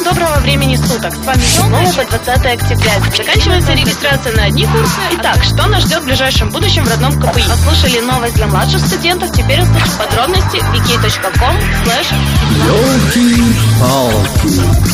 доброго времени суток. С вами Ёлка по 20 октября. Заканчивается регистрация на одни курсы. Итак, что нас ждет в ближайшем будущем в родном КПИ? Послушали новость для младших студентов. Теперь услышим подробности wiki.com/ёлки-палки.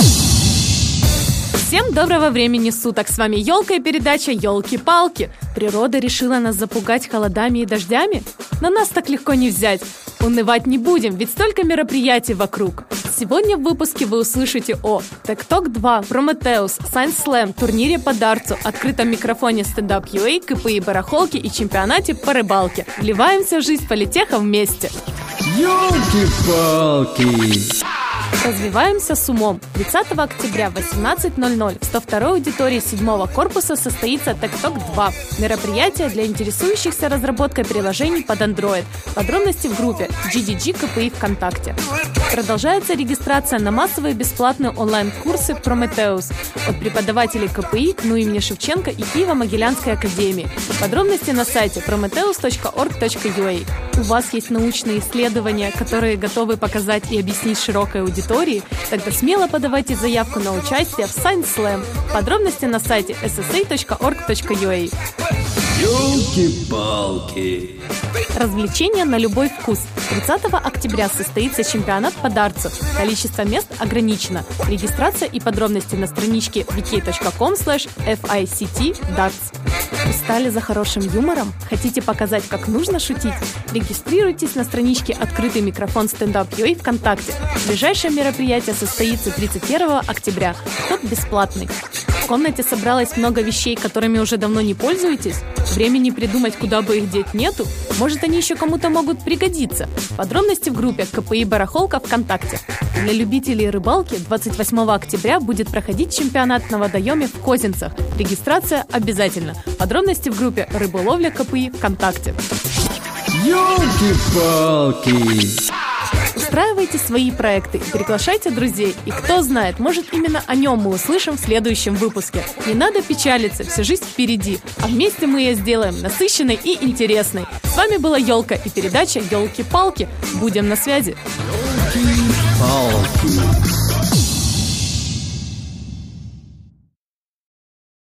Всем доброго времени суток! С вами Ёлка и передача «Ёлки-палки». Природа решила нас запугать холодами и дождями? Но нас так легко не взять. Унывать не будем, ведь столько мероприятий вокруг. Сегодня в выпуске вы услышите о TikTok 2, Prometheus, Science Slam, турнире по дартсу, открытом микрофоне Stand-Up.ua, КПИ барахолки и чемпионате по рыбалке. Вливаемся в жизнь политеха вместе. Ёлки-палки! Развиваемся с умом. 30 октября в 18:00 в 102 аудитории 7 корпуса состоится TikTok 2. Мероприятие для интересующихся разработкой приложений под Android. Подробности в группе GDG КПИ ВКонтакте. Продолжается регистрация на массовые бесплатные онлайн-курсы Prometheus от преподавателей КПИ, КНУ имени Шевченко и Киево-Могилянской академии. Подробности на сайте prometheus.org.ua. У вас есть научные исследования, которые готовы показать и объяснить широкой аудитории? Тогда смело подавайте заявку на участие в Science Slam. Подробности на сайте ssa.org.ua. Ёлки-палки! Развлечения на любой вкус. 30 октября состоится чемпионат по дартсу. Количество мест ограничено. Регистрация и подробности на страничке wiki.com/FICT-darts. Устали за хорошим юмором? Хотите показать, как нужно шутить? Регистрируйтесь на страничке «Открытый микрофон Stand-Up.ua» ВКонтакте. Ближайшее мероприятие состоится 31 октября. Вход бесплатный. В комнате собралось много вещей, которыми уже давно не пользуетесь? Времени придумать, куда бы их деть, нету? Может, они еще кому-то могут пригодиться? Подробности в группе КПИ Барахолка ВКонтакте. Для любителей рыбалки 28 октября будет проходить чемпионат на водоеме в Козинцах. Регистрация обязательно. Подробности в группе Рыболовля КПИ ВКонтакте. Ёлки-палки! Устраивайте свои проекты и приглашайте друзей. И кто знает, может, именно о нем мы услышим в следующем выпуске. Не надо печалиться, вся жизнь впереди. А вместе мы ее сделаем насыщенной и интересной. С вами была Ёлка и передача «Ёлки-палки». Будем на связи. Ёлки-палки!